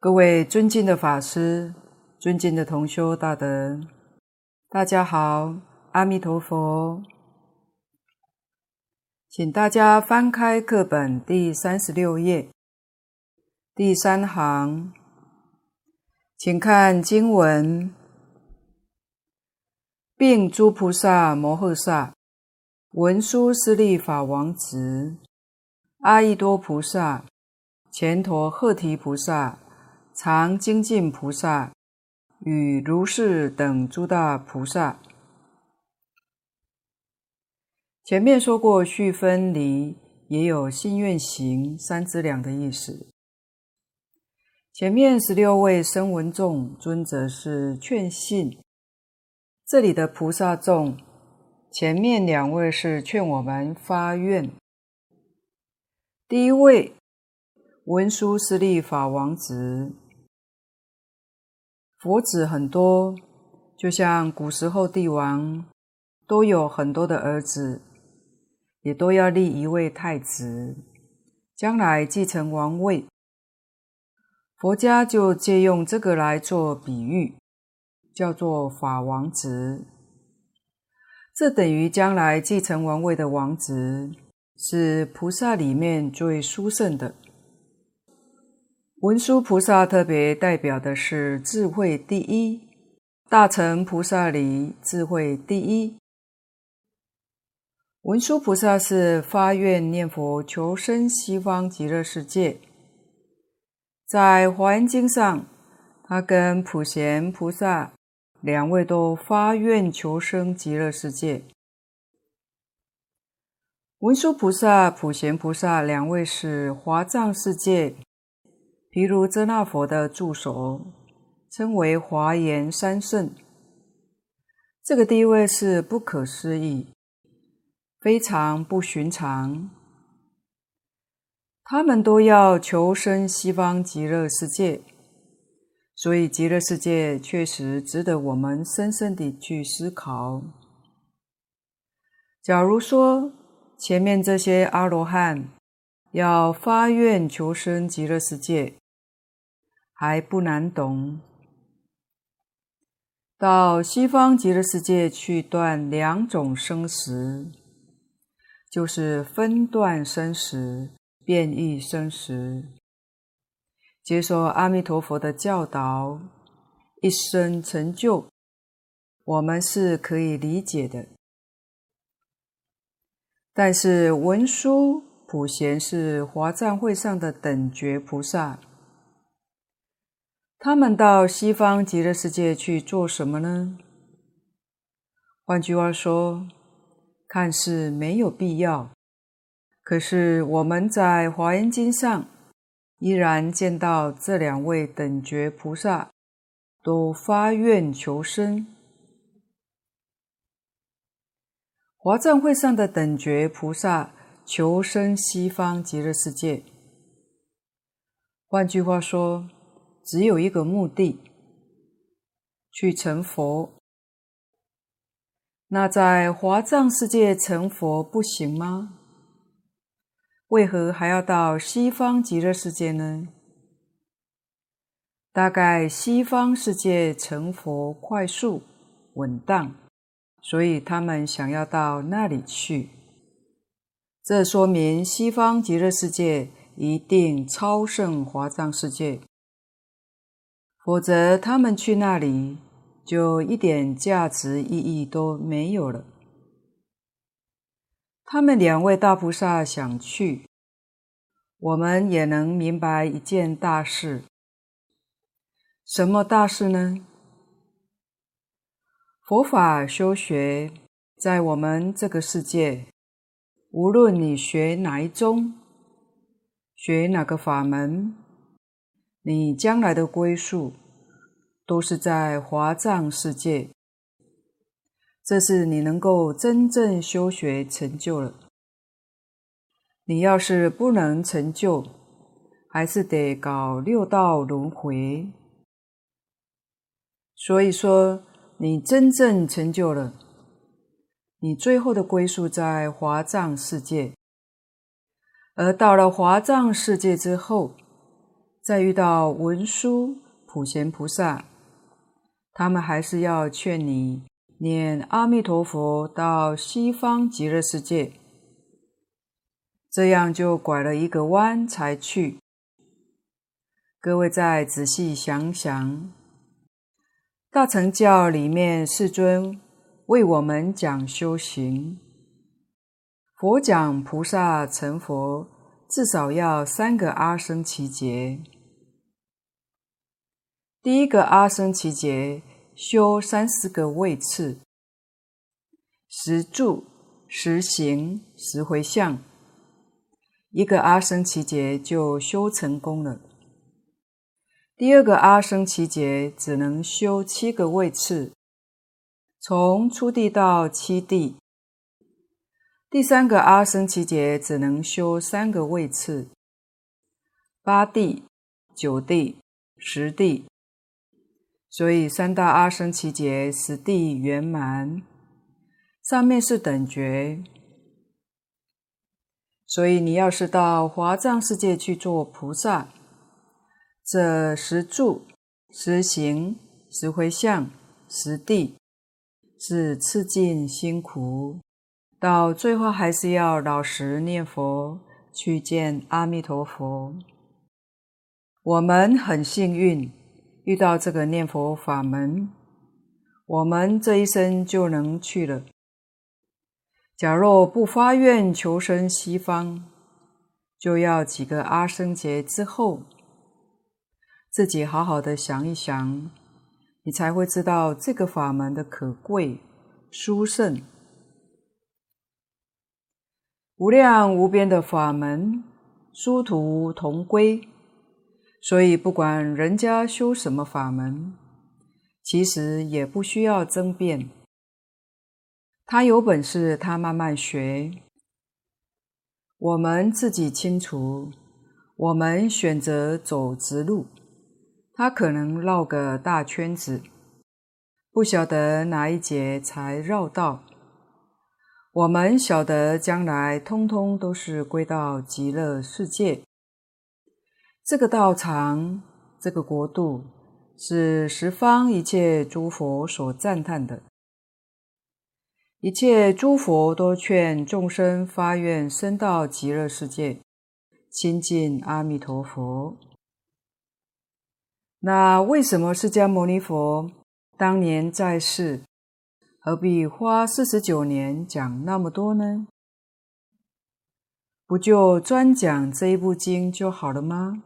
各位尊敬的法师，尊敬的同修大德，大家好，阿弥陀佛。请大家翻开课本第36页，第3行，请看经文：并诸菩萨摩诃萨、文殊师利法王子、阿逸多菩萨、乾陀贺提菩萨、常精进菩萨与如是等诸大菩萨。前面说过，续分离也有信愿行三资粮的意思。前面16位声闻众尊者是劝信，这里的菩萨众，前面2位是劝我们发愿。第一位文殊师利法王子，佛子很多，就像古时候帝王都有很多的儿子，也都要立一位太子，将来继承王位。佛家就借用这个来做比喻，叫做法王子。这等于将来继承王位的王子，是菩萨里面最殊胜的。文殊菩萨特别代表的是智慧第一，大乘菩萨里智慧第一。文殊菩萨是发愿念佛求生西方极乐世界，在华严经上，他跟普贤菩萨2位都发愿求生极乐世界。文殊菩萨、普贤菩萨2位是华藏世界毗卢遮那佛的助手，称为华严三圣。这个地位是不可思议，非常不寻常。他们都要求生西方极乐世界，所以极乐世界确实值得我们深深地去思考。假如说前面这些阿罗汉要发愿求生极乐世界还不难懂，到西方极乐世界去断2种生死，就是分段生死、变异生死，接受阿弥陀佛的教导，一生成就，我们是可以理解的。但是文殊、普贤是华藏会上的等觉菩萨，他们到西方极乐世界去做什么呢？换句话说，看似没有必要，可是我们在华严经上依然见到这2位等觉菩萨都发愿求生。华藏会上的等觉菩萨求生西方极乐世界，换句话说，只有一个目的，去成佛。那在华藏世界成佛不行吗？为何还要到西方极乐世界呢？大概西方世界成佛快速稳当，所以他们想要到那里去。这说明西方极乐世界一定超胜华藏世界，否则他们去那里就一点价值意义都没有了。他们2位大菩萨想去，我们也能明白一件大事。什么大事呢？佛法修学在我们这个世界，无论你学哪一宗，学哪个法门，你将来的归宿都是在华藏世界，这是你能够真正修学成就了。你要是不能成就，还是得搞6道轮回。所以说，你真正成就了，你最后的归宿在华藏世界。而到了华藏世界之后， 再遇到文殊、普贤菩萨，他们还是要劝你念阿弥陀佛到西方极乐世界，这样就拐了一个弯才去。各位再仔细想想，大乘教里面世尊为我们讲修行，佛讲菩萨成佛至少要3个阿僧祇劫。第一个阿僧祇劫修30个位次，10住、10行、10回向，1个阿僧祇劫就修成功了。第二个阿僧祇劫只能修7个位次，从初地到7地。第三个阿僧祇劫只能修3个位次，8地、9地、10地。所以3大阿僧祇劫10地圆满，上面是等觉。所以你要是到华藏世界去做菩萨，这10住、10行、10回向、10地是次尽辛苦，到最后还是要老实念佛，去见阿弥陀佛。我们很幸运遇到这个念佛法门，我们这一生就能去了。假若不发愿求生西方，就要几个阿僧劫之后，自己好好的想一想，你才会知道这个法门的可贵、殊胜。无量无边的法门，殊途同归。所以不管人家修什么法门，其实也不需要争辩。他有本事，他慢慢学。我们自己清楚，我们选择走直路，他可能绕个大圈子，不晓得哪一节才绕到。我们晓得将来通通都是归到极乐世界。这个道场，这个国度，是十方一切诸佛所赞叹的。一切诸佛都劝众生发愿生到极乐世界，亲近阿弥陀佛。那为什么释迦牟尼佛当年在世，何必花49年讲那么多呢？不就专讲这一部经就好了吗？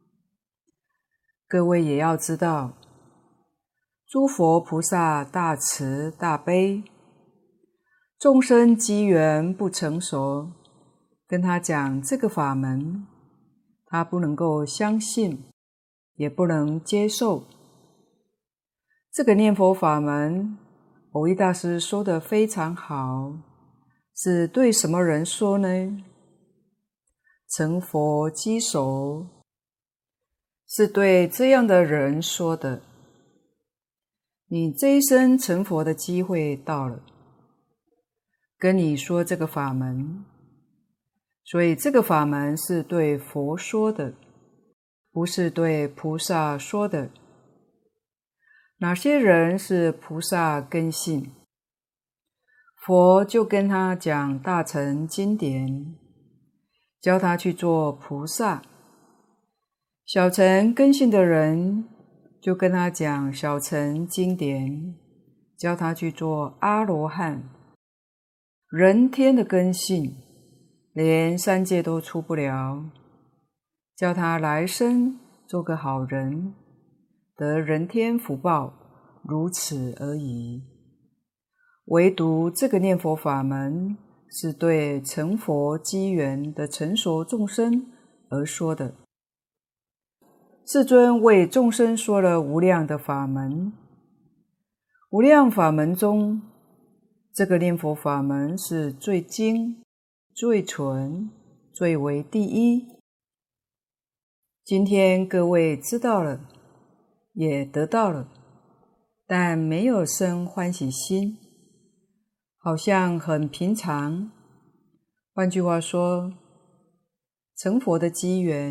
各位也要知道，诸佛菩萨大慈大悲，众生机缘不成熟，跟他讲这个法门，他不能够相信，也不能接受。这个念佛法门，蕅益大师说得非常好，是对什么人说呢？成佛机熟，是对这样的人说的。你这一生成佛的机会到了，跟你说这个法门，所以这个法门是对佛说的，不是对菩萨说的。哪些人是菩萨根性，佛就跟他讲大乘经典，教他去做菩萨。小乘根性的人就跟他讲小乘经典，教他去做阿罗汉。人天的根性连3界都出不了，叫他来生做个好人，得人天福报，如此而已。唯独这个念佛法门是对成佛机缘的成熟众生而说的。世尊为众生说了无量的法门，无量法门中，这个念佛法门是最精、最纯、最为第一。今天各位知道了，也得到了，但没有生欢喜心，好像很平常。换句话说，成佛的机缘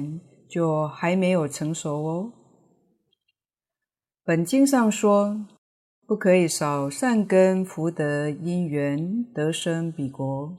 就还没有成熟哦。本经上说，不可以少善根福德因缘得生彼国。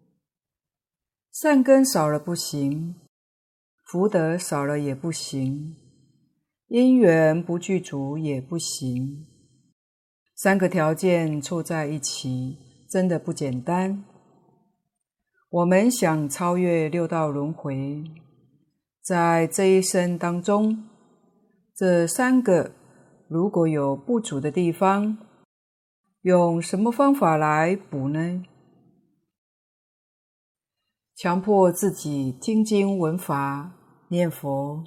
善根少了不行，福德少了也不行，因缘不具足也不行。三个条件凑在一起，真的不简单。我们想超越六道轮回，在这一生当中，这三个如果有不足的地方，用什么方法来补呢？强迫自己听经闻法念佛，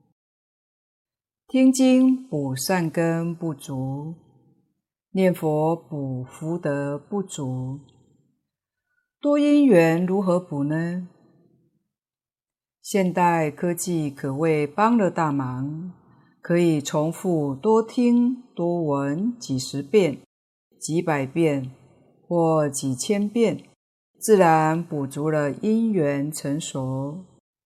听经补善根不足，念佛补福德不足。多因缘如何补呢？现代科技可谓帮了大忙，可以重复多听多闻几十遍、几百遍或几千遍，自然补足了因缘成熟。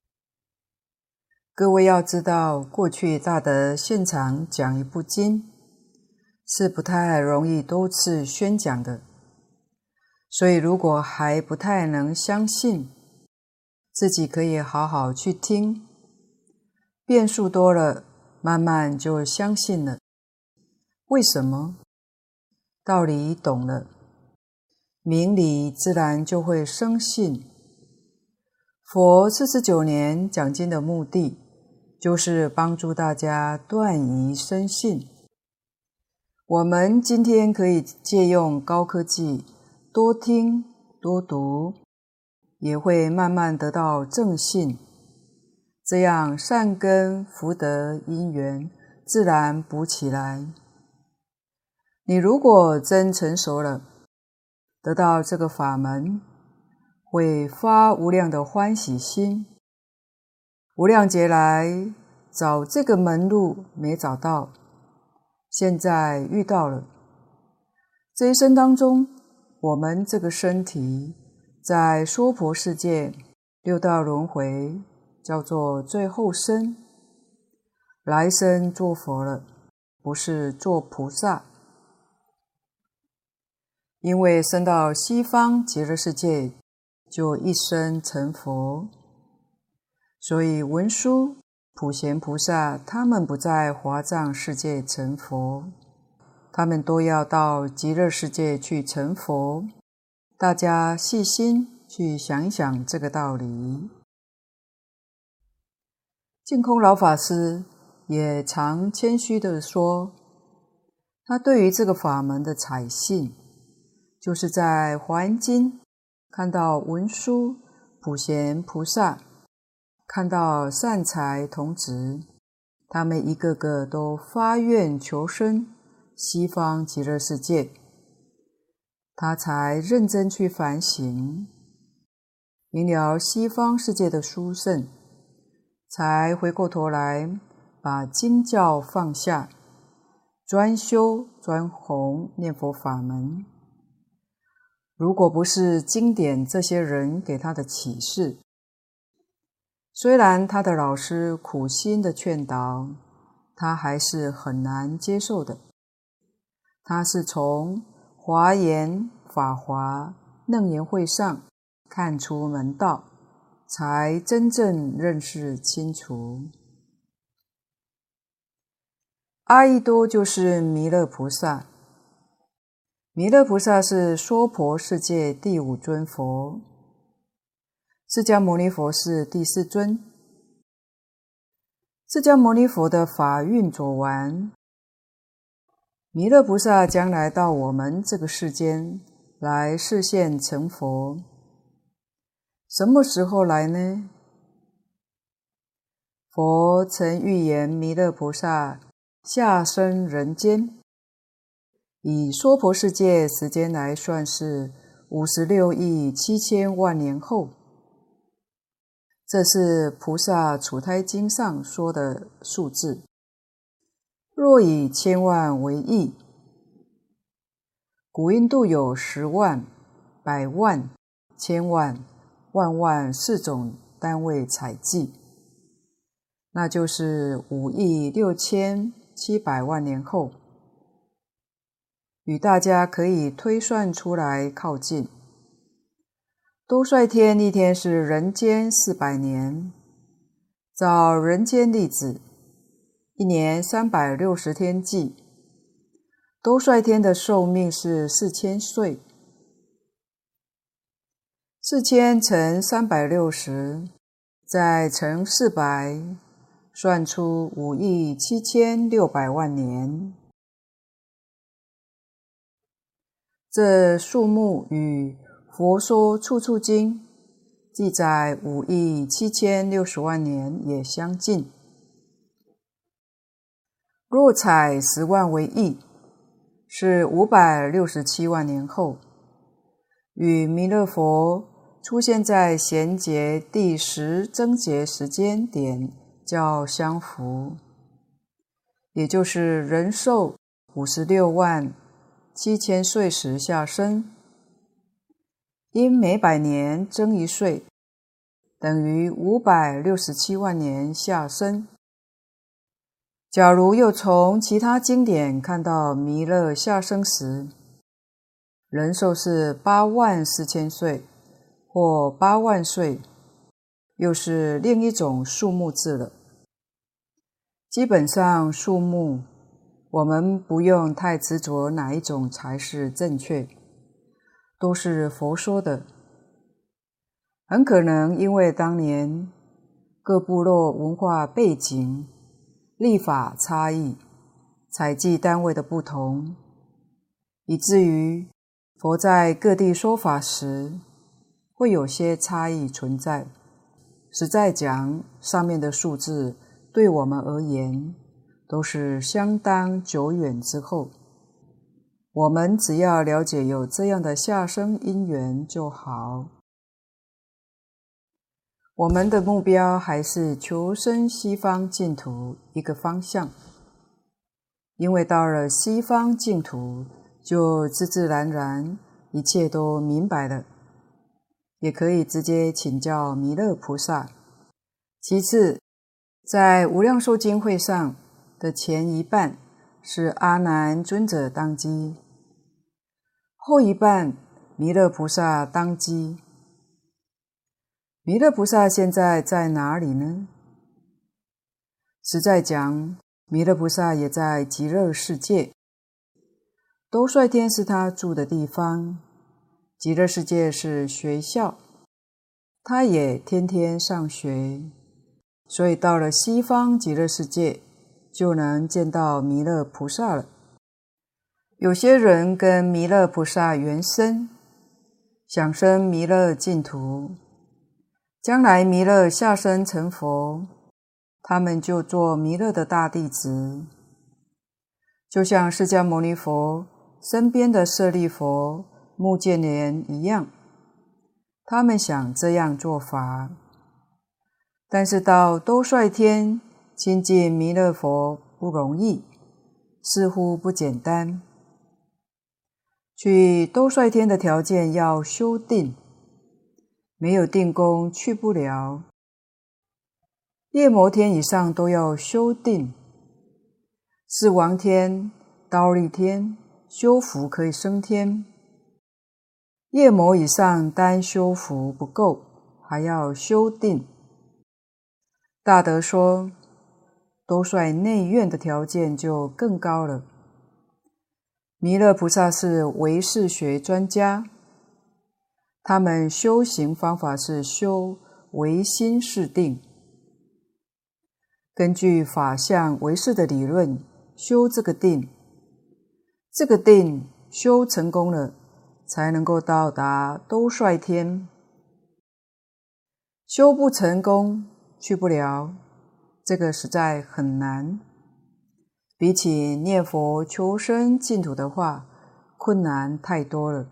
各位要知道，过去大德现场讲一部经，是不太容易多次宣讲的，所以如果还不太能相信，自己可以好好去听，遍数多了，慢慢就相信了。为什么？道理懂了，明理自然就会生信。佛49年讲经的目的，就是帮助大家断疑生信。我们今天可以借用高科技，多听多读，也会慢慢得到正信，这样善根福德因缘自然补起来。你如果真成熟了，得到这个法门，会发无量的欢喜心。无量劫来找这个门路没找到，现在遇到了。这一生当中，我们这个身体在娑婆世界六道轮回，叫做最后生，来生做佛了，不是做菩萨。因为生到西方极乐世界，就一生成佛，所以文殊、普贤菩萨他们不在华藏世界成佛，他们都要到极乐世界去成佛。大家细心去想一想这个道理。净空老法师也常谦虚地说，他对于这个法门的采信，就是在华严经看到文殊、普贤菩萨，看到善财童子，他们一个个都发愿求生西方极乐世界，他才认真去反省，明了西方世界的殊胜，才回过头来把经教放下，专修专弘念佛法门。如果不是经典这些人给他的启示，虽然他的老师苦心的劝导，他还是很难接受的。他是从华严、法华、楞严会上看出门道，才真正认识清楚。阿逸多就是弥勒菩萨，弥勒菩萨是娑婆世界第5尊佛，释迦牟尼佛是第4尊。释迦牟尼佛的法运走完，弥勒菩萨将来到我们这个世间来示现成佛。什么时候来呢？佛曾预言弥勒菩萨下生人间，以娑婆世界时间来算是56亿7千万年后。这是菩萨处胎经上说的数字。若以千万为亿，古印度有10万、100万、千万、万万4种单位采计。 那就是5亿6700万年后，与大家可以推算出来靠近。兜率天一天是人间400年，照人间例子，一年360天计，兜率天的寿命是4000岁，4000乘360，再乘400，算出5亿7600万年。这数目与《佛说处处经》记载5亿7060万年也相近。若采10万为亿，是567万年后，与弥勒佛出现在贤劫第10增劫时间点较相符，也就是人寿567000岁时下生。因每100年增1岁，等于567万年下生。假如又从其他经典看到弥勒下生时，人寿是84000岁或8万岁，又是另一种数目字了。基本上数目，我们不用太执着哪一种才是正确，都是佛说的。很可能因为当年各部落文化背景、历法差异、采集单位的不同，以至于佛在各地说法时会有些差异存在。实在讲，上面的数字对我们而言都是相当久远之后，我们只要了解有这样的下生因缘就好。我们的目标还是求生西方净土一个方向，因为到了西方净土，就自自然然一切都明白了，也可以直接请教弥勒菩萨。其次，在无量寿经会上的前一半是阿难尊者当机，后一半弥勒菩萨当机。弥勒菩萨现在在哪里呢？实在讲，弥勒菩萨也在极乐世界，兜率天是他住的地方，极乐世界是学校，他也天天上学，所以到了西方极乐世界就能见到弥勒菩萨了。有些人跟弥勒菩萨缘深，想生弥勒净土，将来弥勒下生成佛，他们就做弥勒的大弟子，就像释迦牟尼佛身边的舍利佛、目犍连一样，他们想这样做法。但是到兜率天亲近弥勒佛不容易，似乎不简单。去兜率天的条件要修定，没有定功去不了。夜摩天以上都要修定，四王天、忉利天修福可以升天，夜摩以上单修福不够，还要修定。大德说，兜率内院的条件就更高了。弥勒菩萨是唯识学专家，他们修行方法是修唯心是定，根据法相唯识的理论修这个定，这个定修成功了，才能够到达兜率天。修不成功，去不了，这个实在很难。比起念佛求生净土的话，困难太多了。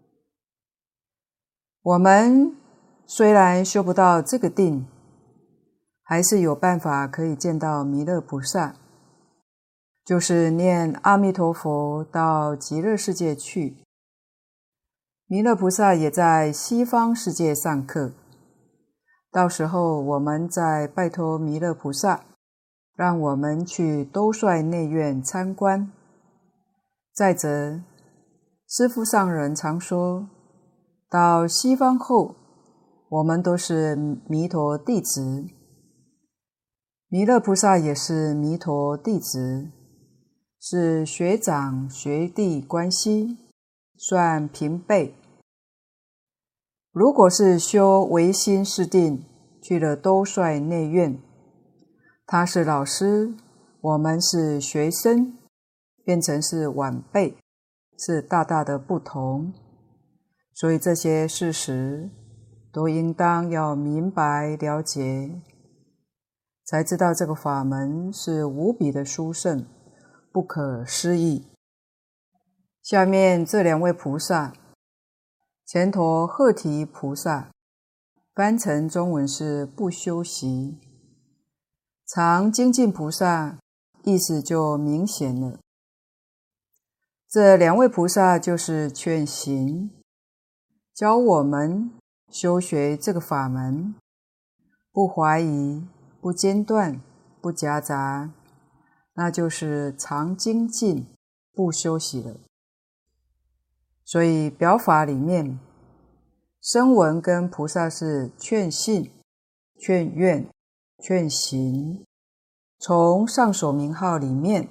我们虽然修不到这个定，还是有办法可以见到弥勒菩萨，就是念阿弥陀佛到极乐世界去。弥勒菩萨也在西方世界上课， 到时候我们再拜托弥勒菩萨，让我们去兜率内院参观。再者，师父上人常说，到西方后，我们都是弥陀弟子，弥勒菩萨也是弥陀弟子，是学长学弟关系，算平辈。如果是修唯心是定，去了兜率内院，他是老师，我们是学生，变成是晚辈，是大大的不同。所以这些事实都应当要明白了解，才知道这个法门是无比的殊胜，不可思议。下面这两位菩萨，前头鹤提菩萨，翻成中文是不修习，常精进菩萨，意思就明显了。这两位菩萨就是劝行，教我们修学这个法门，不怀疑，不间断，不夹杂，那就是常精进，不休息了。所以表法里面，声闻跟菩萨是劝信、劝愿、劝行，从上首名号里面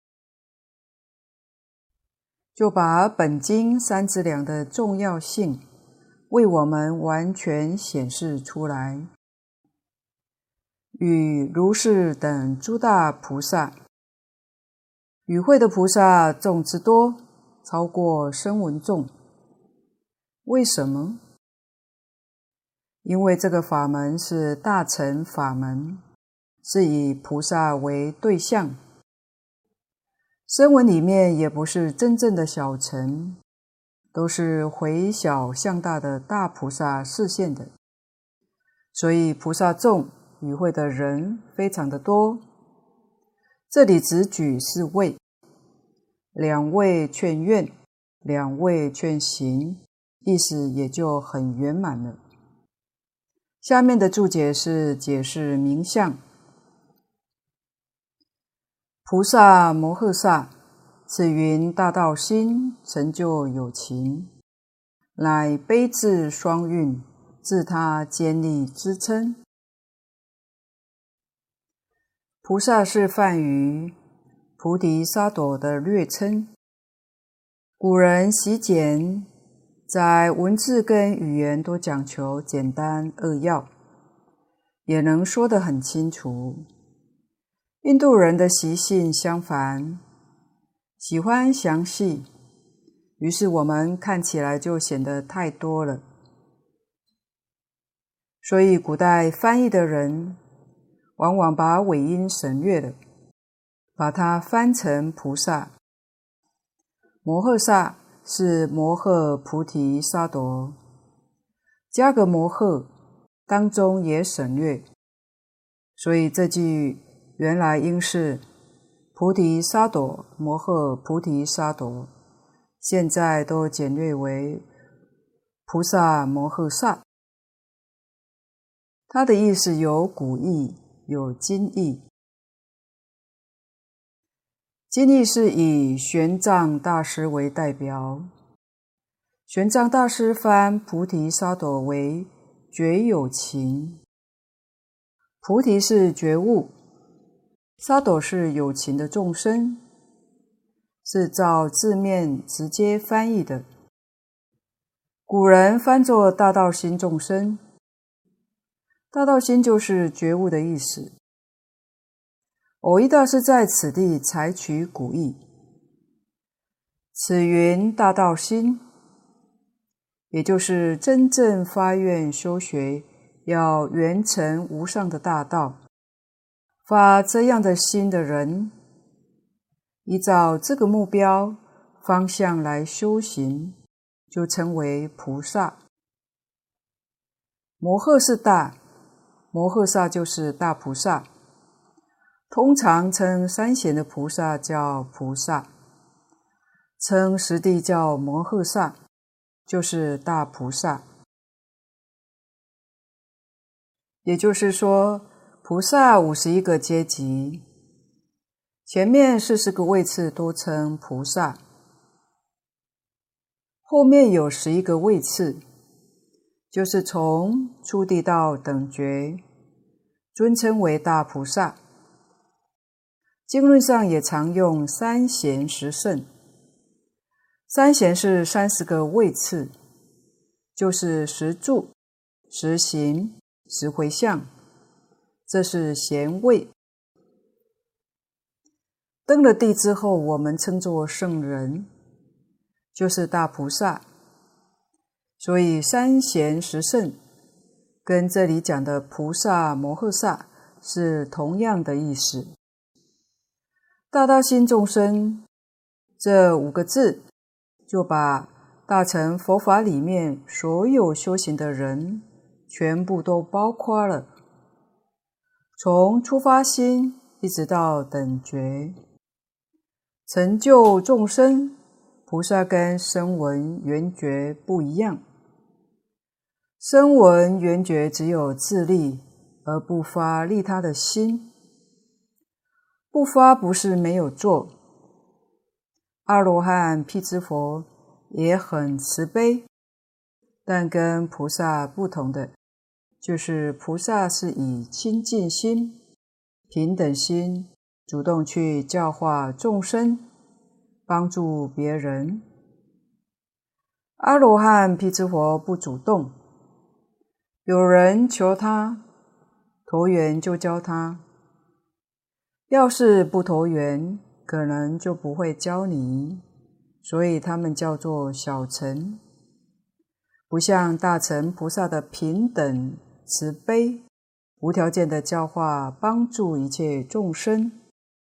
就把本经三资粮的重要性为我们完全显示出来。与如是等诸大菩萨，与会的菩萨众之多，超过声闻众。为什么？因为这个法门是大乘法门，是以菩萨为对象。声闻里面也不是真正的小乘，都是回小向大的大菩萨示现的，所以菩萨众与会的人非常的多。这里只举4位，两位劝愿，两位劝行，意思也就很圆满了。下面的注解是解释名相。菩萨摩诃萨，此云大道心，成就有情，乃悲智双运，自他坚力支撑。菩萨是梵语菩提萨埵的略称，古人习简，在文字跟语言都讲求简单扼要，也能说得很清楚。印度人的习性相反，喜欢详细，于是我们看起来就显得太多了。所以古代翻译的人往往把尾音省略了，把它翻成菩萨。摩诃萨是摩诃菩提萨埵，加个摩诃，当中也省略，所以这句原来应是菩提萨埵摩诃菩提萨埵，现在都简略为菩萨摩诃萨。它的意思有古义，有今义。今义是以玄奘大师为代表，玄奘大师翻菩提萨埵为觉有情，菩提是觉悟，萨埵是有情的众生，是照字面直接翻译的。古人翻作大道心众生，大道心就是觉悟的意思。蕅益大师在此地采取古义，此云大道心，也就是真正发愿修学，要圆成无上的大道，发这样的心的人，依照这个目标方向来修行，就称为菩萨。摩诃是大，摩诃萨就是大菩萨。通常称三贤的菩萨叫菩萨，称实地叫摩诃萨，就是大菩萨。 也就是说，菩萨51个阶级，前面40个位次都称菩萨，后面有11个位次，就是从初地到等觉，尊称为大菩萨。经论上也常用三贤十圣，三贤是30个位次，就是10住、10行、10回向，这是贤位。登了地之后，我们称作圣人，就是大菩萨。所以三贤十圣跟这里讲的菩萨摩诃萨是同样的意思。大道心众生这5个字，就把大乘佛法里面所有修行的人全部都包括了，从初发心一直到等觉。成就众生，菩萨跟声闻缘觉不一样。声闻缘觉只有自利，而不发利他的心。不发不是没有做。阿罗汉辟支佛也很慈悲，但跟菩萨不同的，就是菩萨是以清净心、平等心主动去教化众生，帮助别人。阿罗汉辟支佛不主动，有人求他投缘就教他，要是不投缘，可能就不会教你，所以他们叫做小乘。不像大乘菩萨的平等慈悲，无条件的教化帮助一切众生。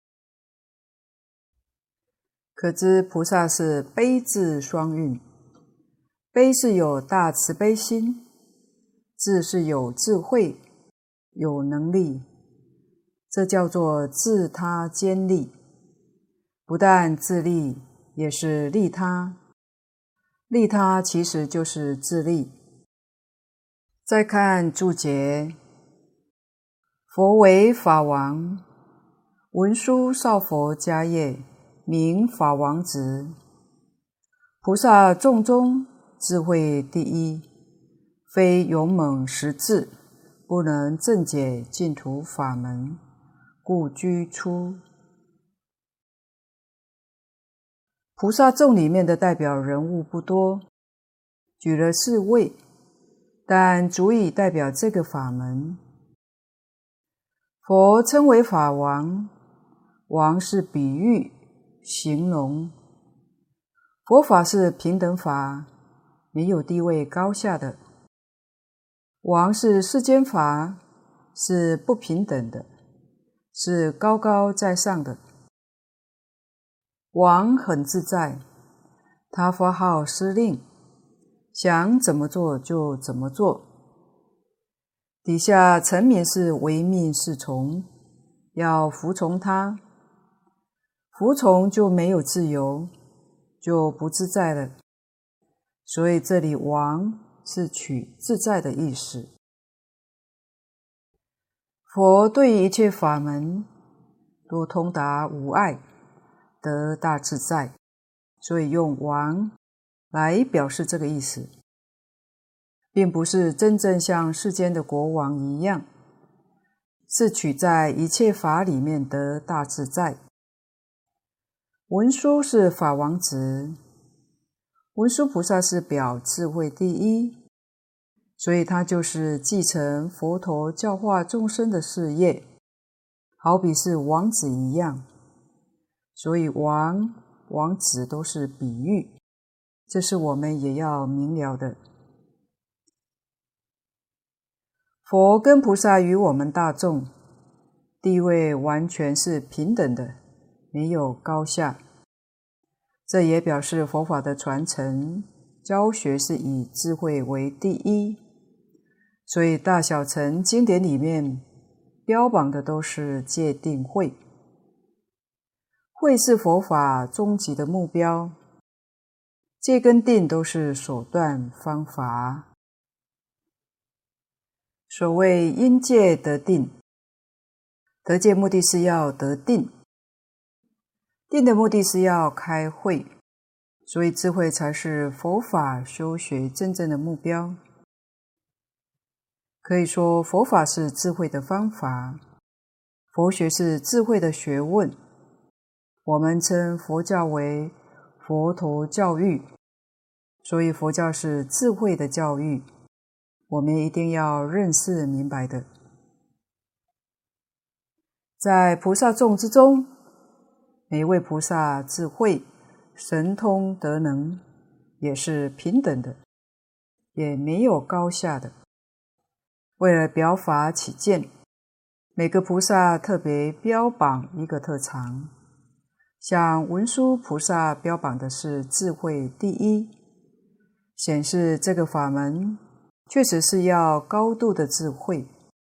可知菩萨是悲智双运，悲是有大慈悲心，智是有智慧、有能力，这叫做自他兼利。不但自利，也是利他。利他其实就是自利。再看注解，佛为法王，文殊少佛家业，名法王子。菩萨众中智慧第一，非勇猛识智，不能正解净土法门，故居出。菩萨众里面的代表人物不多，举了4位，但足以代表这个法门。佛称为法王，王是比喻、形容。佛法是平等法，没有地位高下的。王是世间法，是不平等的，是高高在上的。王很自在，他发号施令，想怎么做就怎么做。底下臣民是唯命是从，要服从他。服从就没有自由，就不自在了。所以这里王是取自在的意思。佛对一切法门都通达无碍，得大自在，所以用王来表示这个意思，并不是真正像世间的国王一样，是取在一切法里面得大自在。文殊是法王子，文殊菩萨是表智慧第一，所以他就是继承佛陀教化众生的事业，好比是王子一样。所以王、王子都是比喻，这是我们也要明了的。佛跟菩萨与我们大众地位完全是平等的，没有高下。这也表示佛法的传承教学是以智慧为第一，所以大小乘经典里面标榜的都是戒定慧。慧是佛法终极的目标，戒跟定都是手段方法。 所谓因戒得定，得戒目的是要得定，定的目的是要开慧，所以智慧才是佛法修学真正的目标。可以说佛法是智慧的方法，佛学是智慧的学问。我们称佛教为佛陀教育，所以佛教是智慧的教育，我们一定要认识明白的。在菩萨众之中，每一位菩萨智慧神通德能也是平等的，也没有高下的。为了表法起见，每个菩萨特别标榜一个特长。像文殊菩萨标榜的是智慧第一，显示这个法门确实是要高度的智慧。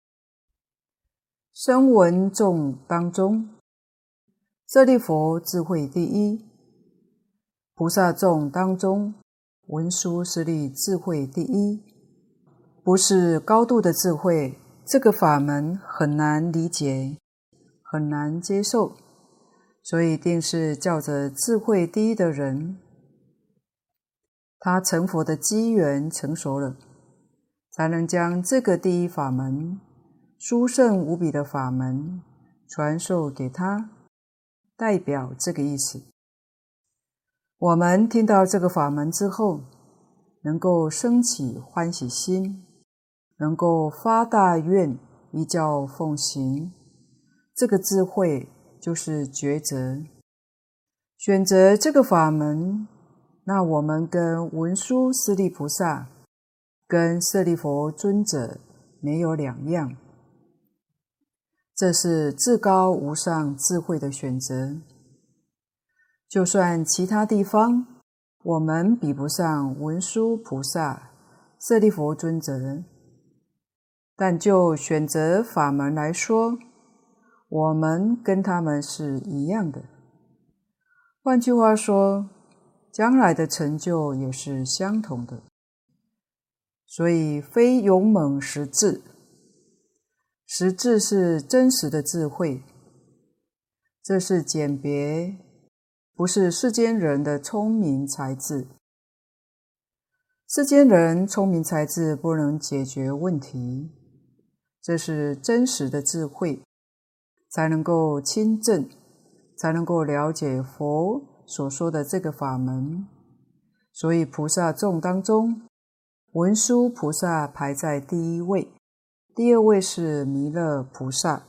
声闻众当中，舍利弗智慧第一，菩萨众当中，文殊师利智慧第一。不是高度的智慧，这个法门很难理解，很难接受，所以一定是叫着智慧第一的人，他成佛的机缘成熟了，才能将这个第一法门，殊胜无比的法门传授给他，代表这个意思。我们听到这个法门之后，能够生起欢喜心，能够发大愿，依教奉行，这个智慧就是抉择。选择这个法门，那我们跟文殊师利菩萨跟舍利弗尊者没有两样，这是至高无上智慧的选择。就算其他地方我们比不上文殊菩萨、舍利弗尊者，但就选择法门来说，我们跟他们是一样的。换句话说，将来的成就也是相同的。所以非勇猛实智，实智是真实的智慧，这是简别，不是世间人的聪明才智。世间人聪明才智不能解决问题，这是真实的智慧，才能够亲证，才能够了解佛所说的这个法门。所以菩萨众当中，文殊菩萨排在第一位，第二位是弥勒菩萨。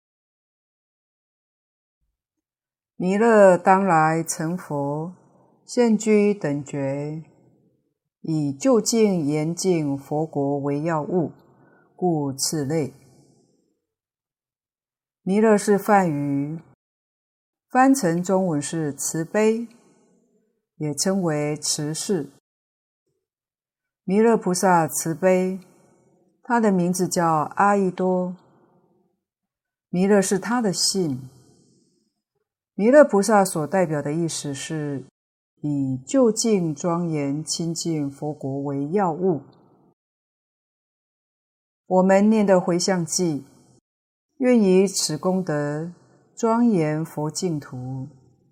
弥勒当来成佛，现居等觉，以究竟严净佛国为要务，故次类。弥勒是梵语，翻成中文是慈悲，也称为慈氏。弥勒菩萨慈悲，他的名字叫阿逸多，弥勒是他的姓。弥勒菩萨所代表的意思是以究竟庄严清净佛国为要务。我们念的回向偈，愿以此功德庄严佛净土。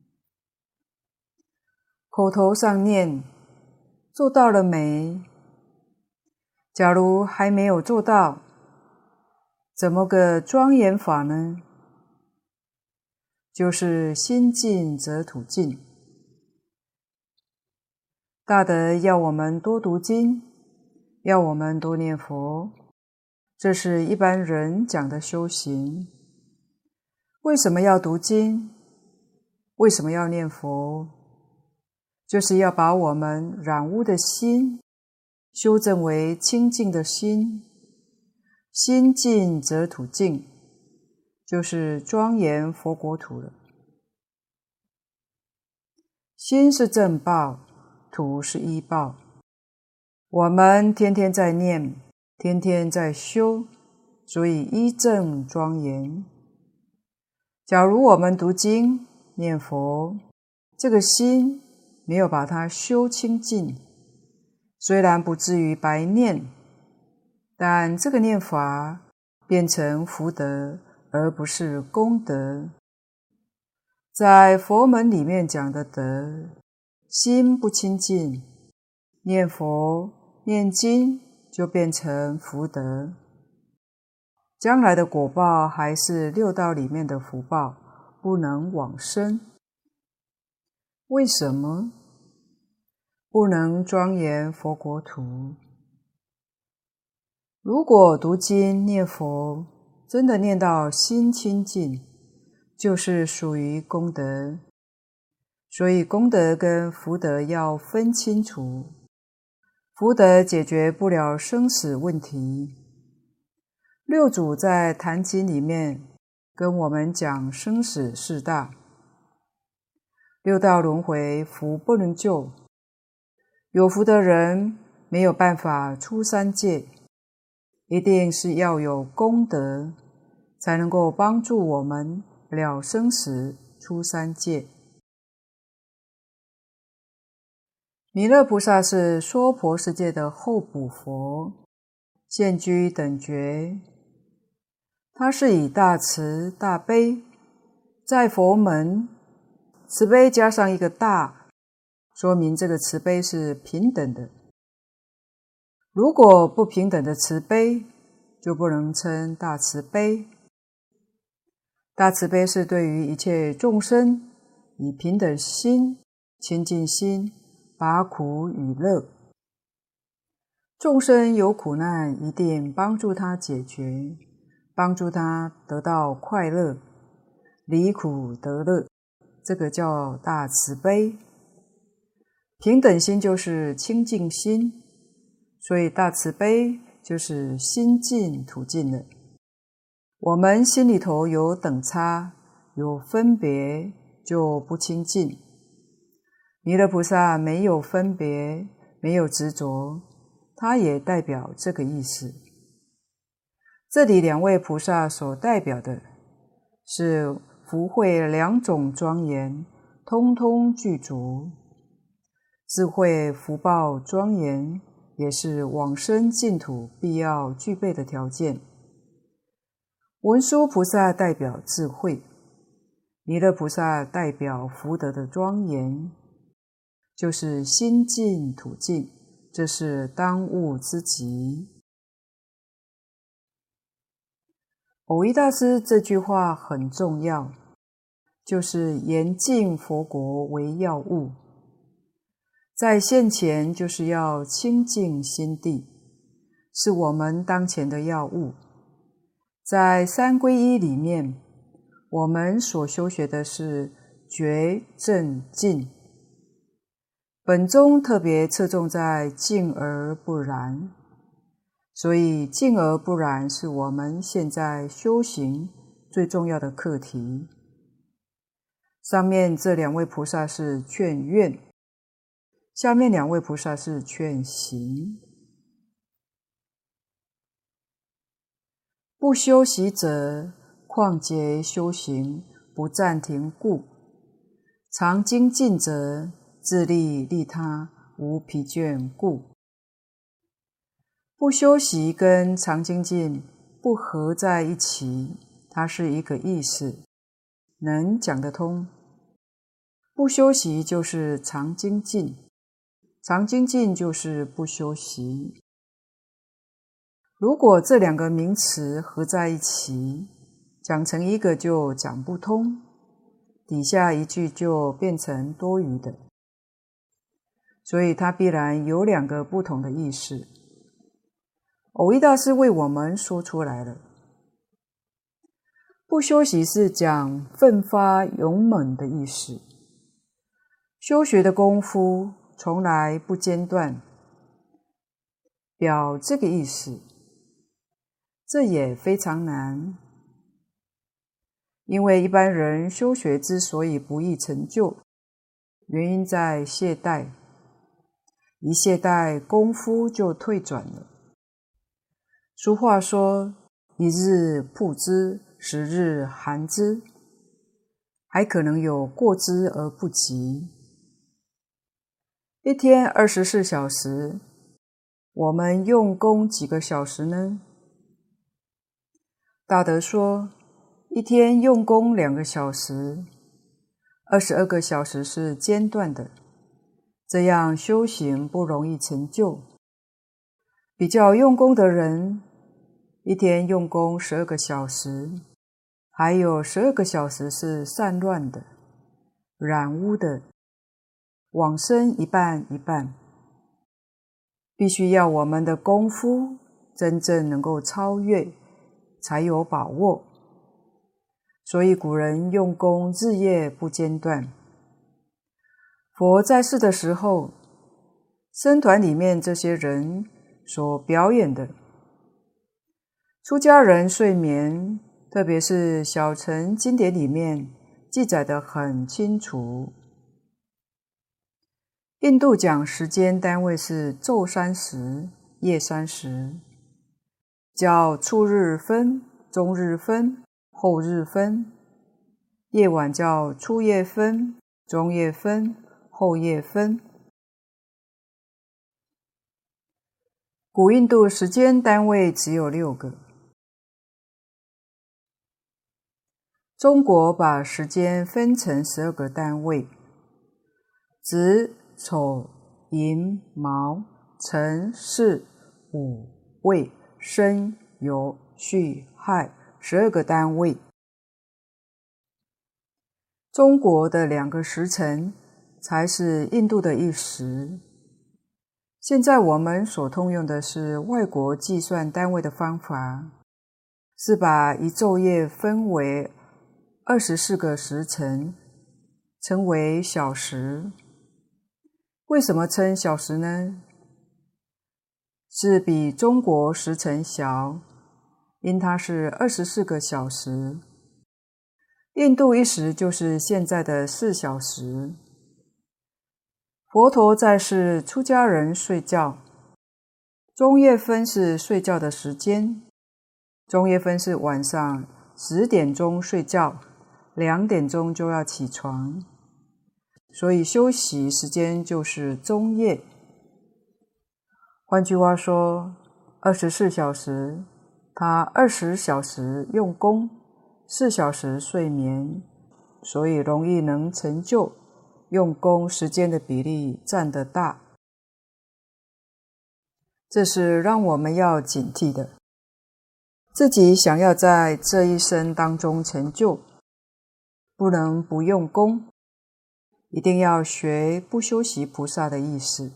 口头上念，做到了没？假如还没有做到，怎么个庄严法呢？就是心净则土净。大德要我们多读经，要我们多念佛，这是一般人讲的修行。为什么要读经？为什么要念佛？就是要把我们染污的心修正为清净的心。心净则土净，就是庄严佛国土了。心是正报，土是依报。我们天天在念，天天在修，所以依正庄严。假如我们读经念佛，这个心没有把它修清净，虽然不至于白念， 但这个念法变成福德，而不是功德。在佛门里面讲的德，心不清净，念佛念经就变成福德，将来的果报还是六道里面的福报，不能往生。为什么？不能庄严佛国土。如果读经念佛，真的念到心清净，就是属于功德。所以功德跟福德要分清楚。福德解决不了生死问题。六祖在《坛经》里面跟我们讲生死四大，六道轮回，福不能救。有福的人没有办法出三界，一定是要有功德，才能够帮助我们了生死出三界。弥勒菩萨是娑婆世界的候补佛，现居等觉。他是以大慈大悲，在佛门慈悲加上一个大，说明这个慈悲是平等的。如果不平等的慈悲，就不能称大慈悲。大慈悲是对于一切众生以平等心、清净心把苦与乐。众生有苦难，一定帮助他解决，帮助他得到快乐，离苦得乐，这个叫大慈悲。平等心就是清净心，所以大慈悲就是心净土净了。我们心里头有等差，有分别，就不清净。弥勒菩萨没有分别，没有执着，他也代表这个意思。这里两位菩萨所代表的是福慧两种庄严，通通具足。智慧福报庄严，也是往生净土必要具备的条件。文殊菩萨代表智慧，弥勒菩萨代表福德的庄严，就是心净土净，这是当务之急。蕅益大师这句话很重要，就是严禁佛国为要务。在现前就是要清净心地，是我们当前的要务。在三皈依里面，我们所修学的是觉正净，本宗特别侧重在净而不染，所以净而不染是我们现在修行最重要的课题。上面这两位菩萨是劝愿，下面两位菩萨是劝行。不修习者，况结修行，不暂停故。常精进者，自利利他，无疲倦故。不修习跟常精进不合在一起，它是一个意思，能讲得通。不修习就是常精进，常精进就是不修习。如果这两个名词合在一起，讲成一个就讲不通，底下一句就变成多余的，所以它必然有两个不同的意思。蕅益大师为我们说出来了。不修习是讲奋发勇猛的意思，修学的功夫从来不间断，表这个意思。这也非常难，因为一般人修学之所以不易成就，原因在懈怠，一懈怠功夫就退转了。俗话说，一日曝之，10日寒之，还可能有过之而不及。一天24小时， 我们用功几个小时呢？大德说，一天用功2个小时，22个小时是间断的，这样修行不容易成就。比较用功的人，一天用功12个小时，还有12个小时是散乱的、染污的，往生一半一半。必须要我们的功夫真正能够超越，才有把握。所以古人用功日夜不间断。佛在世的时候，僧团里面这些人所表演的出家人睡眠，特别是小乘经典里面记载得很清楚。印度讲时间单位是昼30，夜30，叫初日分、中日分、后日分；夜晚叫初夜分、中夜分、后夜分。古印度时间单位只有6个。中国把时间分成12个单位：子、丑、寅、卯、辰、巳、午、未、申、酉、戌、亥，12个单位。中国的2个时辰才是印度的1时。现在我们所通用的是外国计算单位的方法，是把一昼夜分为24个时辰，称为小时。为什么称小时呢？是比中国时辰小，因它是24个小时。印度1时就是现在的4小时。佛陀在世，出家人睡觉，中夜分是睡觉的时间，中夜分是晚上10点钟睡觉，2点钟就要起床，所以休息时间就是中夜。换句话说，24小时，他20小时用功，4小时睡眠，所以容易能成就，用功时间的比例占得大。这是让我们要警惕的。自己想要在这一生当中成就，不能不用功，一定要学不修习菩萨的意思。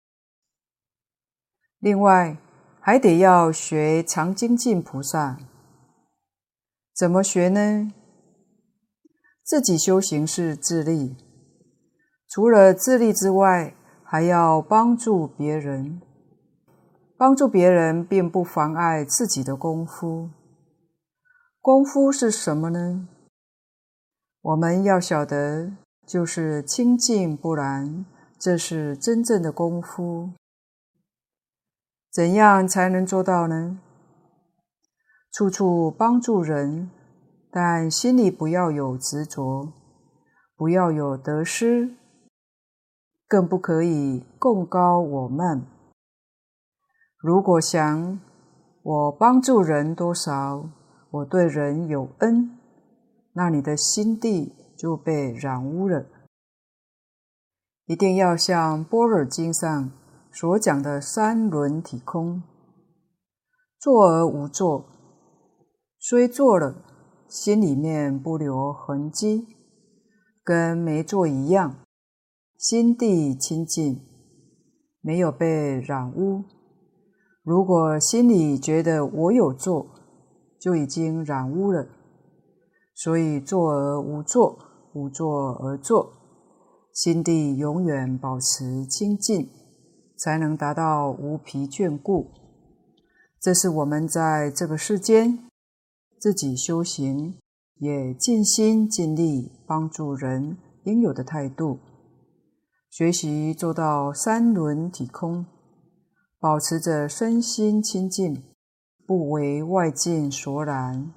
另外，还得要学常精进菩萨。怎么学呢？自己修行是自利，除了自利之外，还要帮助别人。帮助别人并不妨碍自己的功夫。功夫是什么呢？我们要晓得，就是清净不染，这是真正的功夫。怎样才能做到呢？处处帮助人，但心里不要有执着，不要有得失，更不可以共高我慢。如果想我帮助人多少，我对人有恩，那你的心地就被染污了。一定要像般若经上所讲的三轮体空，做而无做，虽做了，心里面不留痕迹，跟没做一样，心地清净，没有被染污。如果心里觉得我有做，就已经染污了。所以做而无做，无做而做，心地永远保持清净，才能达到无疲倦故。这是我们在这个世间自己修行，也尽心尽力帮助人应有的态度。学习做到三轮体空，保持着身心清净，不为外境所染。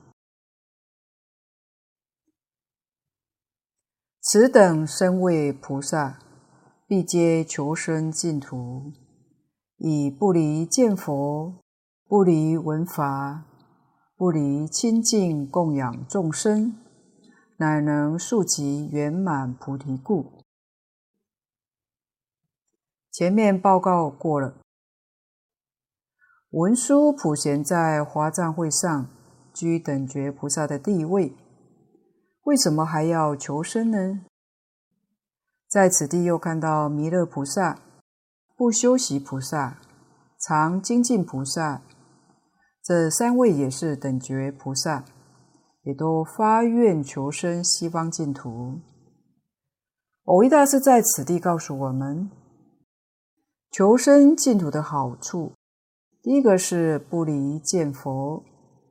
此等身为菩萨，必皆求生净土。 以不离见佛，不离闻法，不离亲近供养众生，乃能速集圆满菩提故。前面报告过了，文殊普贤在华藏会上居等觉菩萨的地位，为什么还要求生呢？在此地又看到弥勒菩萨、不修习菩萨、常精进菩萨，这三位也是等觉菩萨，也都发愿求生西方净土。蕅益大师在此地告诉我们，求生净土的好处，第一个是不离见佛，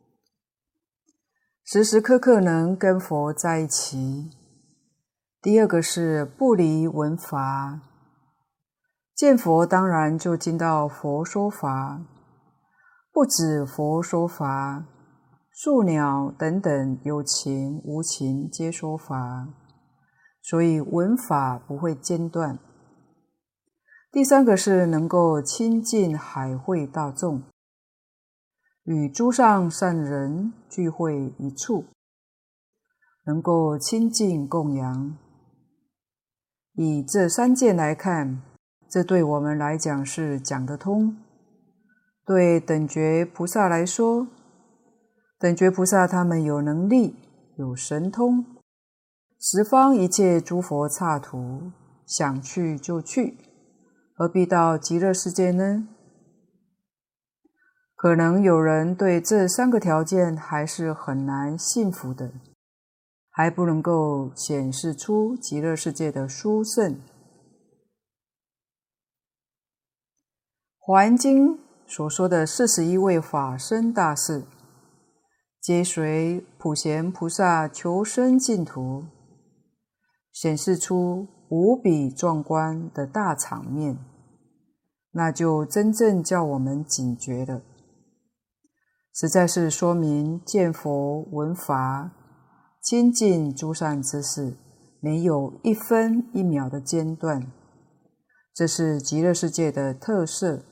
时时刻刻能跟佛在一起；第二个是不离闻法，见佛当然就听到佛说法，不止佛说法，树鸟等等有情无情皆说法，所以闻法不会间断。第三个是能够亲近海会大众，与诸上善人聚会一处，能够亲近供养。以这三件来看，这对我们来讲是讲得通。对等觉菩萨来说，等觉菩萨他们有能力，有神通，十方一切诸佛刹土，想去就去，何必到极乐世界呢？可能有人对这三个条件还是很难信服的，还不能够显示出极乐世界的殊胜。华严经所说的41位法身大士，皆随普贤菩萨求生净土，显示出无比壮观的大场面，那就真正叫我们警觉了。实在是说明见佛闻法，亲近诸善知识，没有一分一秒的间断，这是极乐世界的特色。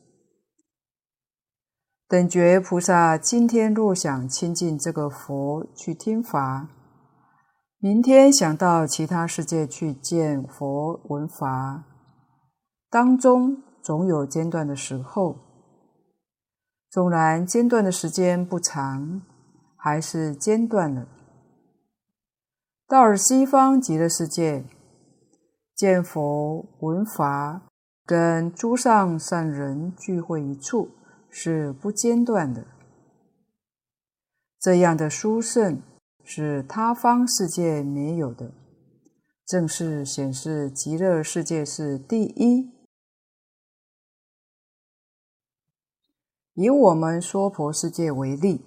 等觉菩萨今天若想亲近这个佛去听法，明天想到其他世界去见佛闻法，当中总有间断的时候，纵然间断的时间不长，还是间断了。到了西方极乐世界，见佛闻法，跟诸上善人聚会一处，是不间断的。这样的殊胜是他方世界没有的，正是显示极乐世界是第一。以我们娑婆世界为例，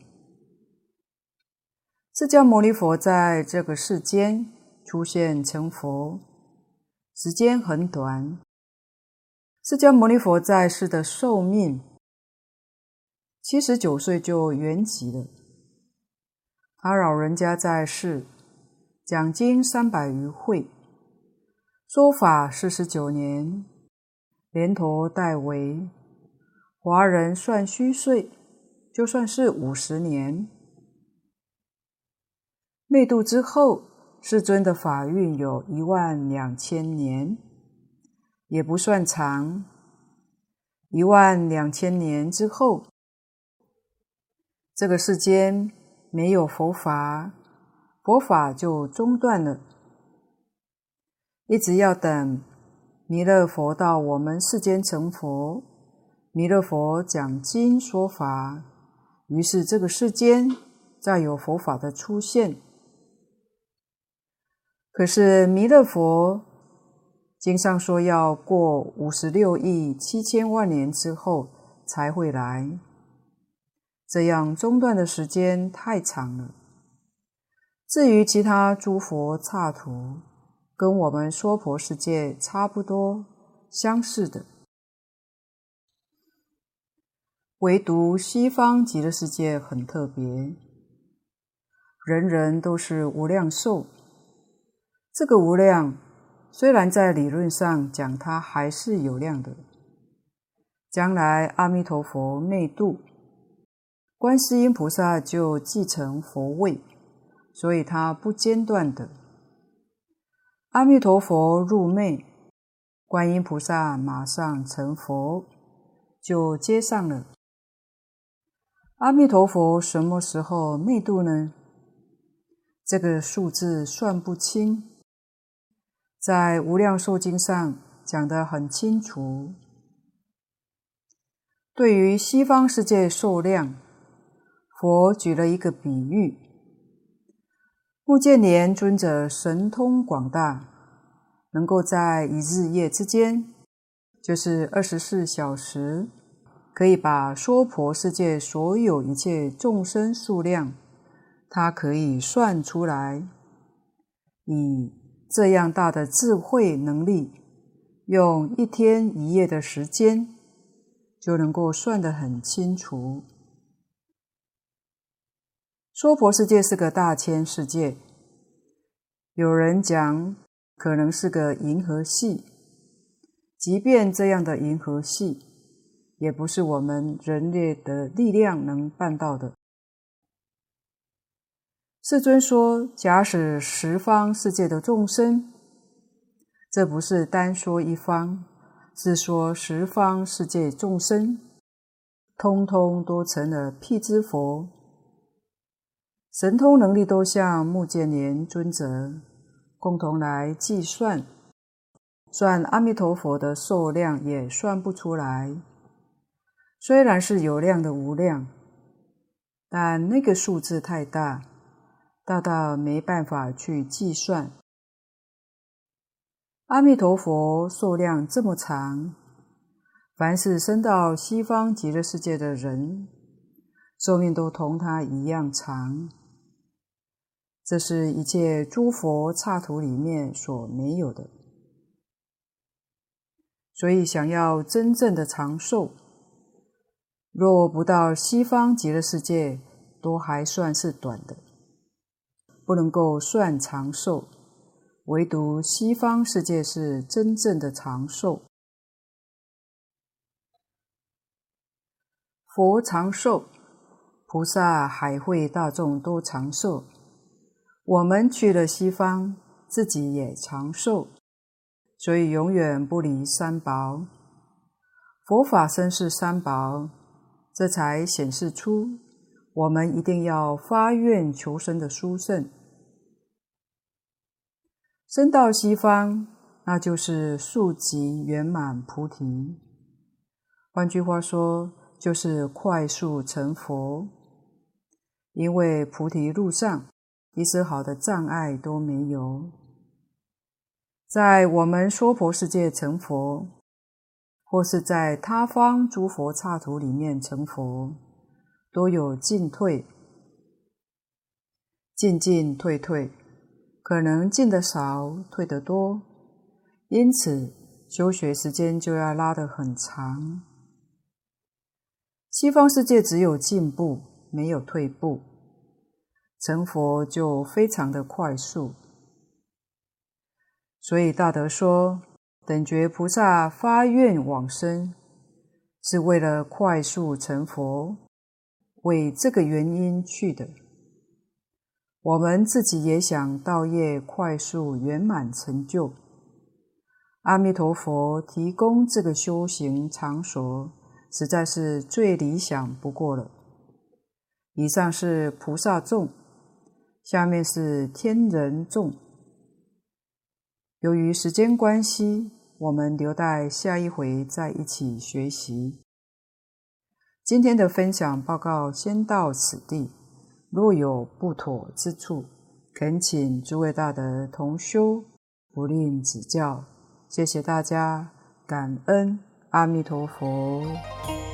释迦牟尼佛在这个世间出现成佛，时间很短。释迦牟尼佛在世的寿命79岁就圆寂了。他老人家在世讲经300余会，说法49年，连头带尾，华人算虚岁，就算是50年。灭度之后，世尊的法运有12000年，也不算长。12000年之后，这个世间没有佛法，佛法就中断了，一直要等弥勒佛到我们世间成佛，弥勒佛讲经说法，于是这个世间再有佛法的出现。可是弥勒佛经上说要过56亿7千万年之后才会来，这样中断的时间太长了。至于其他诸佛刹土，跟我们娑婆世界差不多相似的，唯独西方极乐世界很特别，人人都是无量寿。这个无量虽然在理论上讲它还是有量的， 将来阿弥陀佛灭度，观世音菩萨就继承佛位，所以他不间断的。阿弥陀佛入灭，观音菩萨马上成佛，就接上了。阿弥陀佛什么时候灭度呢？这个数字算不清，在无量寿经上讲得很清楚。对于西方世界寿量，佛举了一个比喻，目犍连尊者神通广大，能够在一日夜之间，就是24小时，可以把娑婆世界所有一切众生数量，他可以算出来。以这样大的智慧能力，用1天1夜的时间，就能够算得很清楚。娑婆世界是个大千世界，有人讲可能是个银河系，即便这样的银河系，也不是我们人类的力量能办到的。世尊说，假使十方世界的众生，这不是单说一方，是说十方世界众生，通通都成了辟支佛，神通能力都像目犍连尊者，共同来计算，算阿弥陀佛的寿量也算不出来。虽然是有量的无量，但那个数字太大，大到没办法去计算。阿弥陀佛寿量这么长，凡是生到西方极乐世界的人，寿命都同他一样长。这是一切诸佛刹土里面所没有的。所以想要真正的长寿，若不到西方极乐世界，都还算是短的，不能够算长寿。唯独西方世界是真正的长寿。佛长寿，菩萨海会大众都长寿，我们去了西方，自己也长寿，所以永远不离三宝。佛法僧是三宝，这才显示出我们一定要发愿求生的殊胜。生到西方，那就是速疾圆满菩提。换句话说，就是快速成佛。因为菩提路上一丝毫的障碍都没有。在我们娑婆世界成佛，或是在他方诸佛刹土里面成佛，都有进退，进进退退，可能进得少，退得多，因此修学时间就要拉得很长。西方世界只有进步，没有退步，成佛就非常的快速。所以大德说，等觉菩萨发愿往生，是为了快速成佛，为这个原因去的。我们自己也想道业快速圆满成就，阿弥陀佛提供这个修行场所，实在是最理想不过了。以上是菩萨众，下面是天人众。由于时间关系，我们留待下一回再一起学习。今天的分享报告先到此地，若有不妥之处，恳请诸位大德同修不吝指教。谢谢大家，感恩阿弥陀佛。